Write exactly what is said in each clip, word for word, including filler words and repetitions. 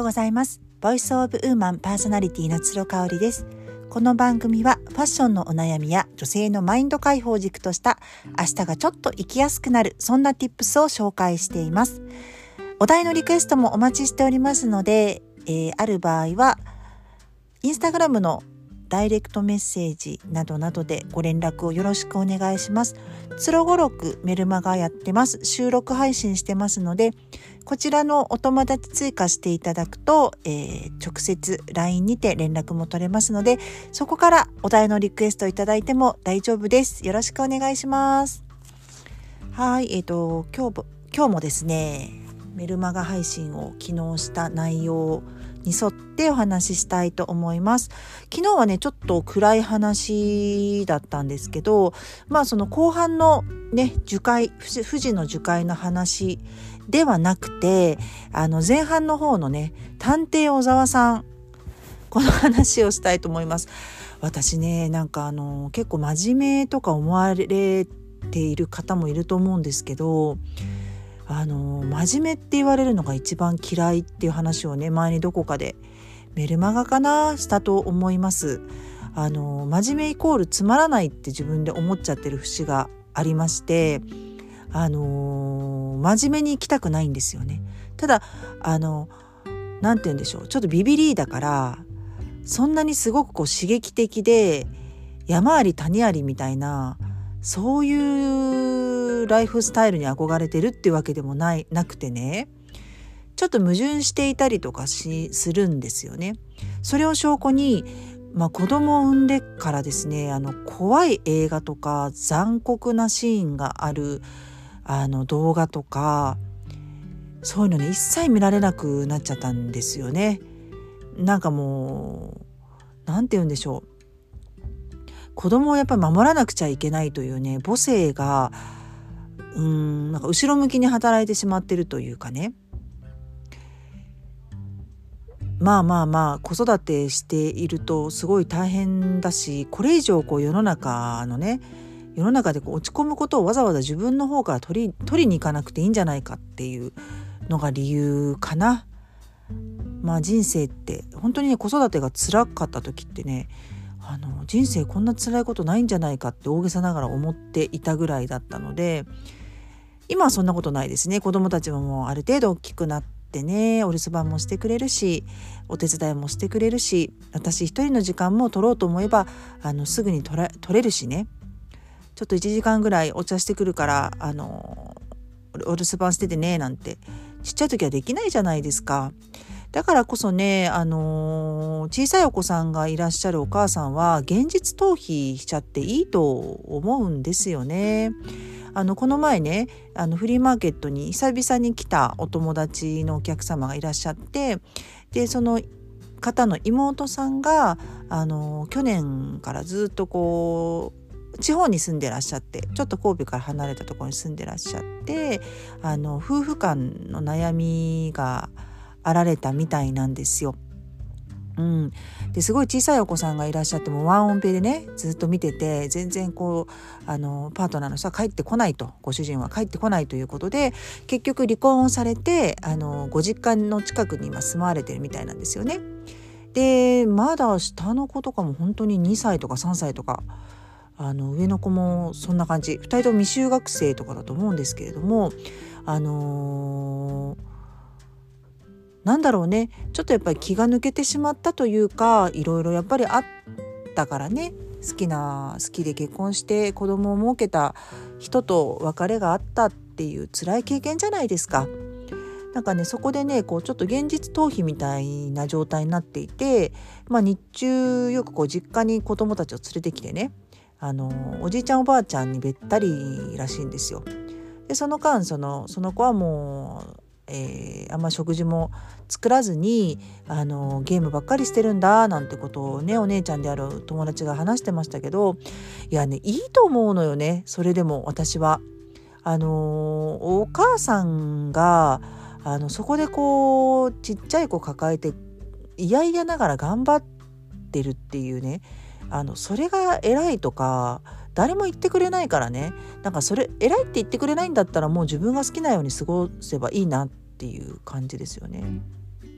ございます。ボイスオブウーマンパーソナリティの鶴香織です。この番組はファッションのお悩みや女性のマインド解放軸とした明日がちょっと生きやすくなる、そんな tips を紹介しています。お題のリクエストもお待ちしておりますので、えー、ある場合はインスタグラムのダイレクトメッセージなどなどでご連絡をよろしくお願いします。つろごろくメルマガやってます。収録配信してますので、こちらのお友達追加していただくと、えー、直接 ライン にて連絡も取れますので、そこからお題のリクエストいただいても大丈夫です。よろしくお願いします。はい、えっと今日今日もですね、メルマガ配信を昨日した内容に沿ってお話ししたいと思います。昨日はねちょっと暗い話だったんですけど、まあその後半のね樹海富士の樹海の話ではなくて、あの前半の方のね探偵小沢さん、この話をしたいと思います。私ねなんかあの結構真面目とか思われている方もいると思うんですけど、あの真面目って言われるのが一番嫌いっていう話をね前にどこかでメルマガかなしたと思います。あの真面目イコールつまらないって自分で思っちゃってる節がありまして、あの真面目に生きたくないんですよね。ただあのなんて言うんでしょう、ちょっとビビリだからそんなにすごくこう刺激的で山あり谷ありみたいな、そういうライフスタイルに憧れてるっていうわけでもないなくてね、ちょっと矛盾していたりとかしするんですよね。それを証拠に、まあ、子供を産んでからですね、あの怖い映画とか残酷なシーンがあるあの動画とか、そういうのね一切見られなくなっちゃったんですよね。なんかもうなんて言うんでしょう、子供をやっぱり守らなくちゃいけないというね母性がうーんなんか後ろ向きに働いてしまってるというかね、まあまあまあ子育てしているとすごい大変だし、これ以上こう世の中のね世の中でこう落ち込むことをわざわざ自分の方から取り取りに行かなくていいんじゃないかっていうのが理由かな。まあ人生って本当にね子育てが辛かった時ってね、あの人生こんな辛いことないんじゃないかって大げさながら思っていたぐらいだったので、今はそんなことないですね。子供たちももうある程度大きくなってね、お留守番もしてくれるし、お手伝いもしてくれるし、私一人の時間も取ろうと思えばあのすぐに取れ、取れるしね、ちょっといちじかんぐらいお茶してくるからあのお留守番しててねなんてちっちゃい時はできないじゃないですか。だからこそね、あのー、小さいお子さんがいらっしゃるお母さんは現実逃避しちゃっていいと思うんですよね。あのこの前ねあのフリーマーケットに久々に来たお友達のお客様がいらっしゃって、でその方の妹さんがあの去年からずっとこう地方に住んでらっしゃって、ちょっと神戸から離れたところに住んでらっしゃって、あの夫婦間の悩みがあられたみたいなんですよ。うん、ですごい小さいお子さんがいらっしゃってもワンオンペでねずっと見てて、全然こうあのパートナーの人は帰ってこないと、ご主人は帰ってこないということで、結局離婚をされてあのご実家の近くに今住まわれてるみたいなんですよね。でまだ下の子とかも本当ににさいとかさんさいとか、あの上の子もそんな感じ、ふたりとも未就学生とかだと思うんですけれども、あのーなんだろうね、ちょっとやっぱり気が抜けてしまったというか、いろいろやっぱりあったからね、好きな好きで結婚して子供を設けた人と別れがあったっていう辛い経験じゃないですか。なんかねそこでねこうちょっと現実逃避みたいな状態になっていて、まあ、日中よくこう実家に子供たちを連れてきてね、あのおじいちゃんおばあちゃんにべったりらしいんですよ。でその間そのその子はもうえー、あんま食事も作らずにあのゲームばっかりしてるんだなんてことをねお姉ちゃんである友達が話してましたけど、いやねいいと思うのよね。それでも私はあのお母さんがあのそこでこうちっちゃい子抱えていやいやながら頑張ってるっていうね、あのそれが偉いとか誰も言ってくれないからね。なんかそれ偉いって言ってくれないんだったらもう自分が好きなように過ごせばいいなっていう感じですよね。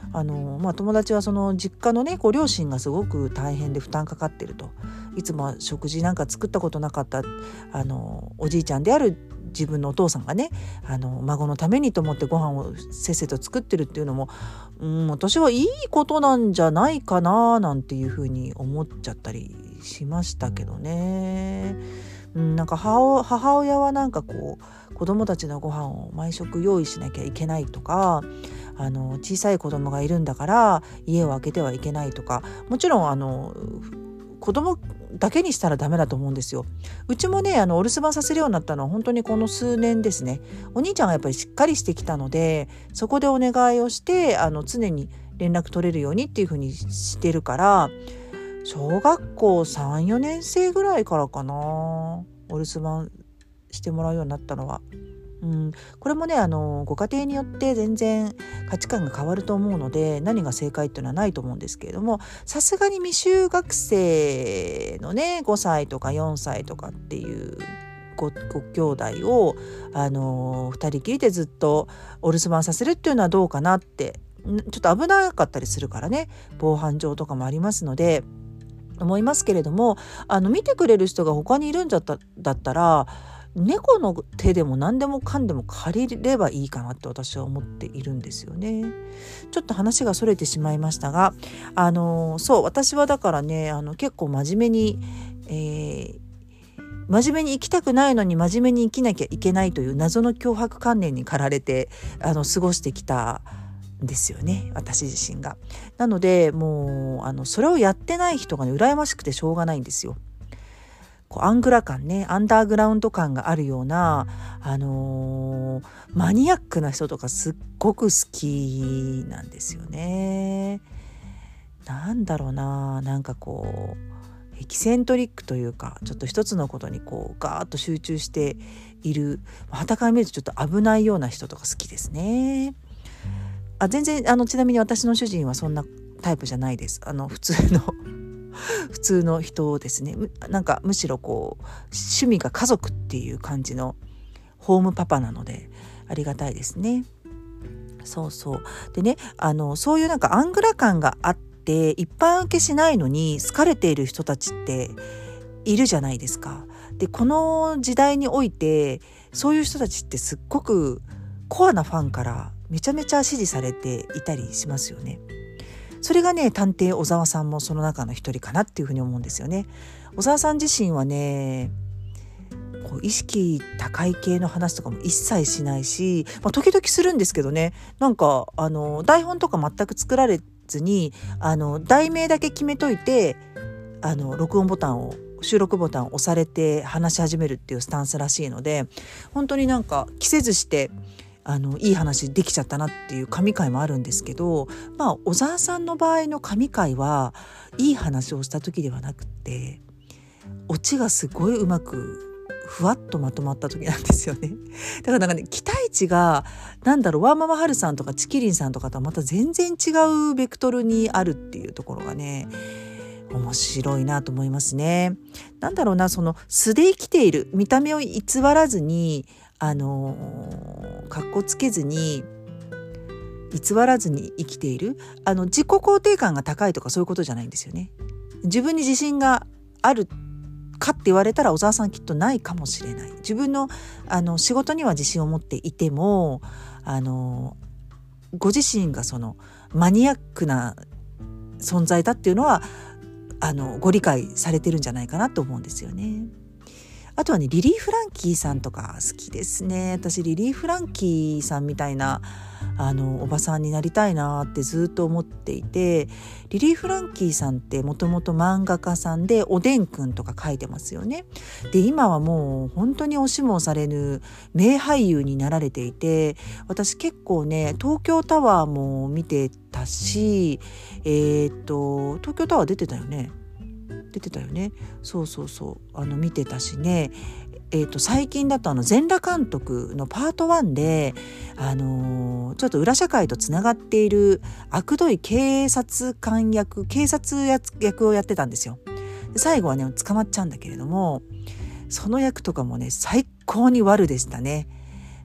あの、まあ、友達はその実家のねご両親がすごく大変で負担かかってると、いつもは食事なんか作ったことなかったあのおじいちゃんである自分のお父さんがねあの孫のためにと思ってご飯をせっせと作ってるっていうのも、うん、私はいいことなんじゃないかななんていうふうに思っちゃったりしましたけどね。うん、なんか母、母親はなんかこう子供たちのご飯を毎食用意しなきゃいけないとか、あの小さい子供がいるんだから家を空けてはいけないとか、もちろんあの子供だけにしたらダメだと思うんですよ。うちもねあのお留守番させるようになったのは本当にこの数年ですね。お兄ちゃんがやっぱりしっかりしてきたので、そこでお願いをしてあの常に連絡取れるようにっていう風にしてるから、小学校さん、よねん生ぐらいからかな、お留守番してもらうようになったのは。うん、これもねあのご家庭によって全然価値観が変わると思うので、何が正解っていうのはないと思うんですけれども、さすがに未就学生のねごさいとかよんさいとかっていうご, ご兄弟をあのふたりきりでずっとお留守番させるっていうのはどうかなって、ちょっと危なかったりするからね、防犯上とかもありますので思いますけれども、あの見てくれる人が他にいるんだっただったら猫の手でも何でもかんでも借りればいいかなって私は思っているんですよね。ちょっと話がそれてしまいましたが、あのそう私はだからねあの結構真面目に、えー、真面目に生きたくないのに真面目に生きなきゃいけないという謎の強迫観念に駆られてあの過ごしてきたんですよね、私自身が。なのでもうあのそれをやってない人がね羨ましくてしょうがないんですよ。こうアングラ感ね、アンダーグラウンド感があるような、あのー、マニアックな人とかすっごく好きなんですよね。なんだろうな、なんかこうエキセントリックというか、ちょっと一つのことにこうガーッと集中している、傍から見るとちょっと危ないような人とか好きですね。あ全然あのちなみに私の主人はそんなタイプじゃないです。あの普通の普通の人ですね。なんかむしろこう趣味が家族っていう感じのホームパパなのでありがたいですね。そうそうでね、あのそういうなんかアングラ感があって一般受けしないのに好かれている人たちっているじゃないですか。でこの時代においてそういう人たちってすっごくコアなファンからめちゃめちゃ支持されていたりしますよね。それがね探偵小沢さんもその中の一人かなっていうふうに思うんですよね。小沢さん自身はねこう意識高い系の話とかも一切しないし、まあ、時々するんですけどね、なんかあの台本とか全く作られずにあの題名だけ決めといてあの録音ボタンを収録ボタンを押されて話し始めるっていうスタンスらしいので、本当になんか着せずしてあのいい話できちゃったなっていう神回もあるんですけど、まあ小沢さんの場合の神回はいい話をした時ではなくってオチがすごいうまくふわっとまとまった時なんですよね。だからなんかね期待値がなんだろうワーママハルさんとかチキリンさんとかとはまた全然違うベクトルにあるっていうところがね面白いなと思いますね。なんだろうな、その素で生きている見た目を偽らずにあのー、かっこつけずに偽らずに生きている、あの自己肯定感が高いとかそういうことじゃないんですよね。自分に自信があるかって言われたら小沢さんきっとないかもしれない。自分のあの仕事には自信を持っていてもあのご自身がそのマニアックな存在だっていうのはあのご理解されてるんじゃないかなと思うんですよね。あとはねリリー・フランキーさんとか好きですね。私リリー・フランキーさんみたいなあのおばさんになりたいなってずっと思っていて、リリー・フランキーさんってもともと漫画家さんでおでんくんとか書いてますよね。で今はもう本当に押しも押されぬ名俳優になられていて、私結構ね東京タワーも見てたし、えー、っと東京タワー出てたよね出てたよねそうそうそうあの見てたしね、えー、と最近だとあの全裸監督のパートワンで、あのー、ちょっと裏社会とつながっている悪どい警察官役警察役をやってたんですよ。で最後はね捕まっちゃうんだけれども、その役とかもね最高に悪でしたね。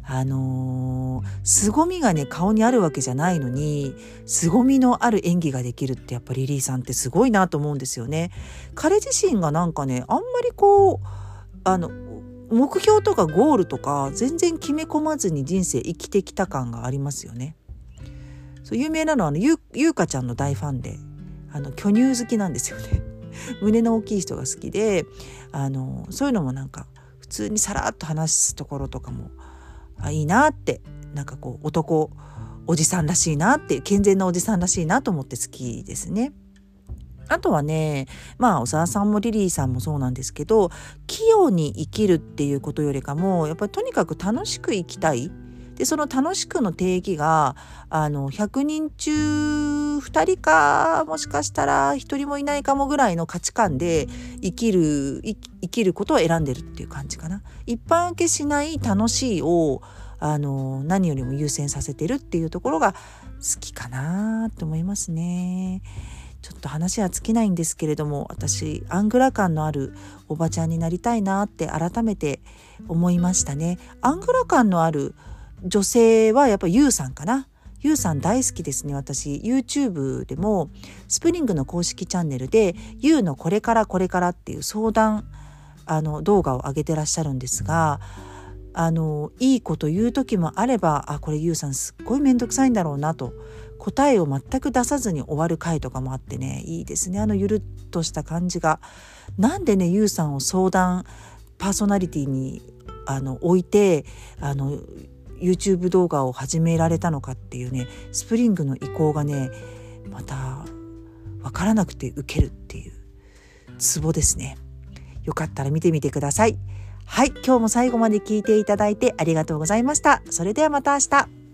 あのー、凄みがね顔にあるわけじゃないのに凄みのある演技ができるってやっぱりリリーさんってすごいなと思うんですよね。彼自身がなんかねあんまりこうあの目標とかゴールとか全然決め込まずに人生生きてきた感がありますよね。そう有名なのはあのゆゆうかちゃんの大ファンであの巨乳好きなんですよね。胸の大きい人が好きであのそういうのもなんか普通にさらっと話すところとかもあいいなってなんかこう男おじさんらしいなって健全なおじさんらしいなと思って好きですね。あとはねまあ小沢さんもリリーさんもそうなんですけど器用に生きるっていうことよりかもやっぱりとにかく楽しく生きたい。でその楽しくの定義があのひゃくにん中ふたりかもしかしたらひとりもいないかもぐらいの価値観で生きる生きることを選んでるっていう感じかな。一般受けしない楽しいをあの何よりも優先させてるっていうところが好きかなと思いますね。ちょっと話は尽きないんですけれども私アングラ感のあるおばちゃんになりたいなって改めて思いましたね。アングラ感のある女性はやっぱりユウさんかな。ユウさん大好きですね。私 YouTube でもスプリングの公式チャンネルでユウのこれからこれからっていう相談あの動画を上げてらっしゃるんですがあのいいこと言う時もあればあこれユウさんすっごいめんどくさいんだろうなと答えを全く出さずに終わる回とかもあってねいいですね。あのゆるっとした感じがなんでねユウさんを相談パーソナリティにあの置いてあのYouTube 動画を始められたのかっていうねスプリングの意向がねまた分からなくてウケるっていうツボですね。よかったら見てみてください。はい、今日も最後まで聞いていただいてありがとうございました。それではまた明日。